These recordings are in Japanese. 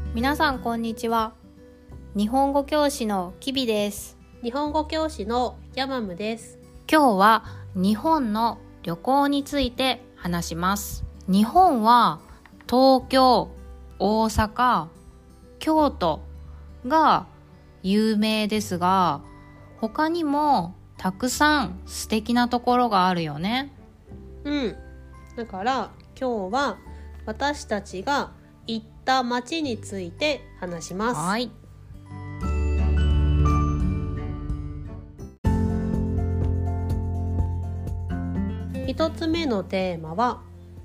皆さんこんにちは。日本語教師のきびです。 日本語教師のヤマムです。 今日は日本の旅行について話します。日本は東京、大阪、京都が有名ですが、他にもたくさん素敵なところがあるよね。 だから今日は私たちが行った街について話します。 はい。 一つ目のテーマは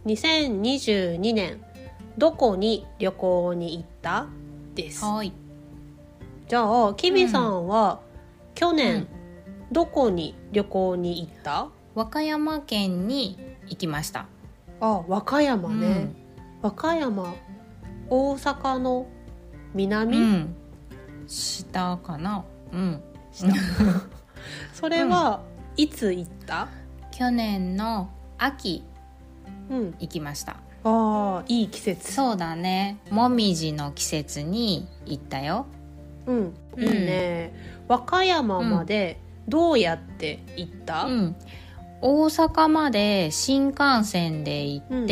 2022年どこに旅行に行ったです。 はい。 じゃあキビさんは、去年、どこに旅行に行った？ 和歌山県に行きました。 和歌山ね、和歌山、大阪の南、 下かな。 下それはいつ行った？ 去年の秋、行きました。 いい季節。 そうだね、もみじの季節に行ったよ。 いいね。和歌山までどうやって行った？ 大阪まで新幹線で行って、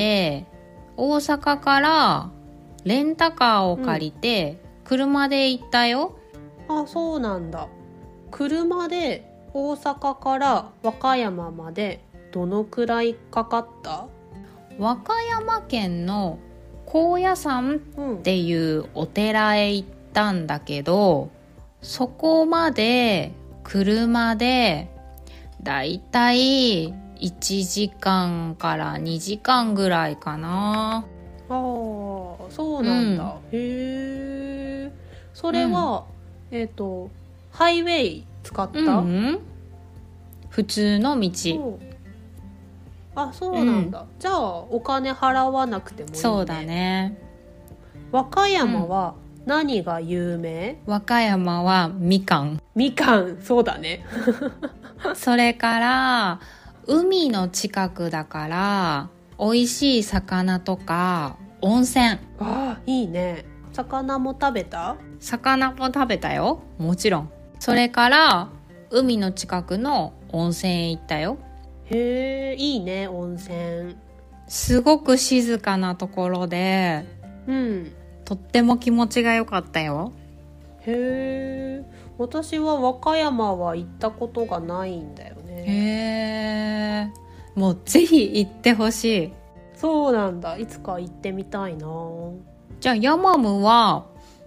大阪からレンタカーを借りて、車で行ったよ。 そうなんだ。車で大阪から和歌山までどのくらいかかった？ 和歌山県の高野山っていうお寺へ行ったんだけど、そこまで車でだいたい1時間から2時間ぐらいかな。 そうなんだ。へえ。それは、ハイウェイ使った？ 普通の道。 そうなんだ。じゃあお金払わなくてもいいね。 そうだね。 和歌山は何が有名？ 和歌山はみかん。 そうだね。 それから海の近くだから美味しい魚とか温泉。 いいね。魚も食べた？ 魚も食べたよ、もちろん。それから海の近くの温泉へ行ったよ。 へえ、いいね、温泉。 すごく静かなところで、とっても気持ちが良かったよ。 へえ、私は和歌山は行ったことがないんだよね。 へえ、もうぜひ行ってほしい。 そうなんだ。いつか行ってみたいな。 じゃあヤマムは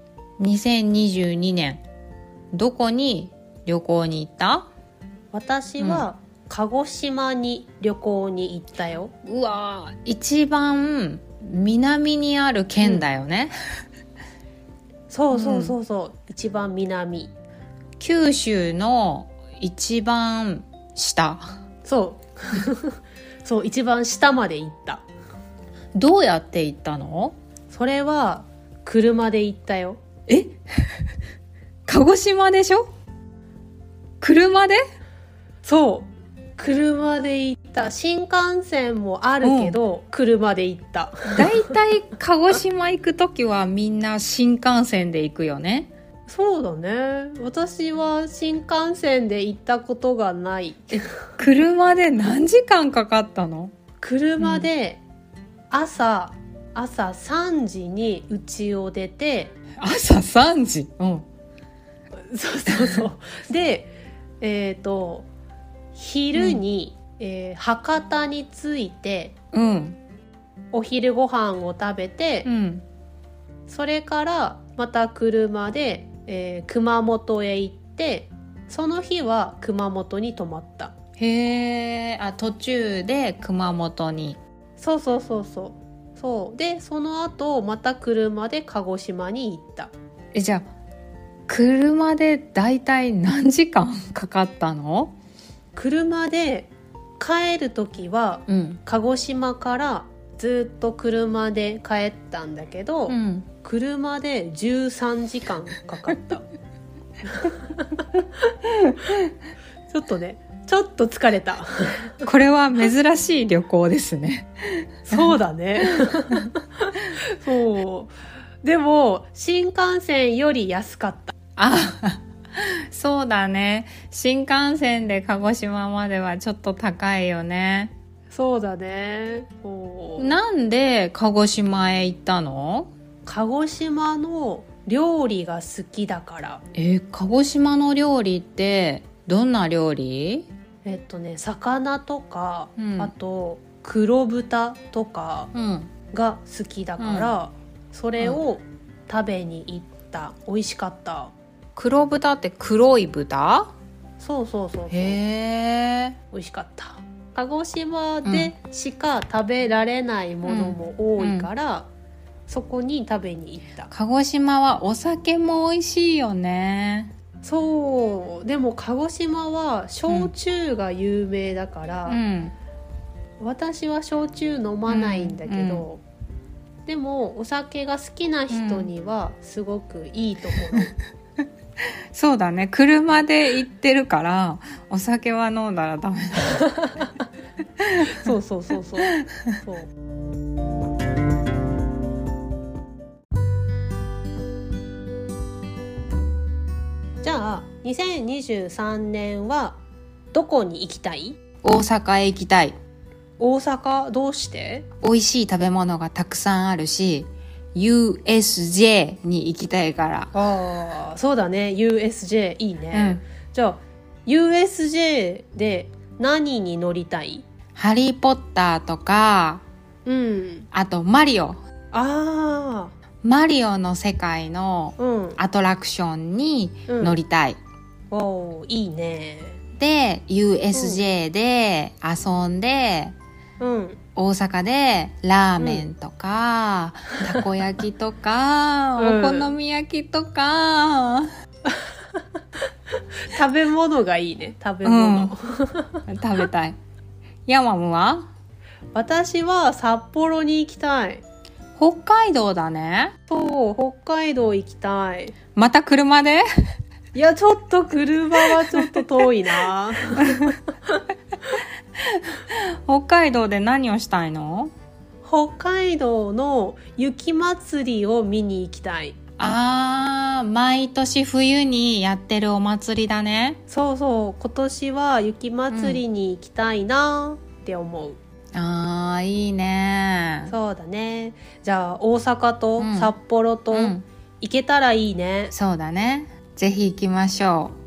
2022年どこに旅行に行った？ 私は鹿児島に旅行に行ったよ。 うわ、一番南にある県だよね。 そう、一番南。 九州の一番下。 そう一番下まで行った。 どうやって行ったの？ それは車で行ったよ。 鹿児島でしょ？車で？ そう車で行った。新幹線もあるけど、車で行った。 だいたい鹿児島行くときはみんな新幹線で行くよね。 そうだね。私は新幹線で行ったことがない。 車で何時間かかったの？ 車で朝3時に家を出て。 朝3時？ そうで昼に、博多に着いて、お昼ご飯を食べて、それからまた車で、熊本へ行って、その日は熊本に泊まった。 へえ、途中で熊本に。 そうで、その後また車で鹿児島に行った。 じゃあ車でだいたい何時間かかったの？ 車で帰るときは、鹿児島からずっと車で帰ったんだけど、車で13時間かかったちょっと疲れたこれは珍しい旅行ですねそうだねそうでも新幹線より安かった。 そうだね。新幹線で鹿児島まではちょっと高いよね。 そうだね。 なんで鹿児島へ行ったの？ 鹿児島の料理が好きだから。 鹿児島の料理ってどんな料理？ 魚とか、あと黒豚とかが好きだから、それを食べに行った。美味しかった。 黒豚って黒い豚？ そうそうそうそう。 へー。 美味しかった。鹿児島でしか食べられないものも多いから、そこに食べに行った。 鹿児島はお酒も美味しいよね。 そう。でも鹿児島は焼酎が有名だから、私は焼酎飲まないんだけど、でもお酒が好きな人にはすごくいいところ。 そうだね。車で行ってるからお酒は飲んだらダメだ。 そうそうそうそう。じゃあ2023年はどこに行きたい？ 大阪へ行きたい。 大阪？どうして？ 美味しい食べ物がたくさんあるし、USJ に行きたいから。 ああ、そうだね。 USJ いいね、じゃあ USJ で何に乗りたい？ ハリーポッターとか、あとマリオ。マリオの世界のアトラクションに乗りたい。 いいね。 で USJ で遊んで、大阪でラーメンとか、たこ焼きとか、お好み焼きとか、 食べ物がいいね。食べ物、 食べたい。ヤマムは？ 私は札幌に行きたい。 北海道だね。 そう、北海道行きたい。 また車で？ いや、ちょっと車はちょっと遠いな。 北海道で何をしたいの？ 北海道の雪まつりを見に行きたい。 毎年冬にやってるお祭りだね。 そうそう、今年は雪まつりに行きたいなって思う。 いいね。 そうだね。じゃあ大阪と札幌と行けたらいいね。 そうだね。ぜひ行きましょう。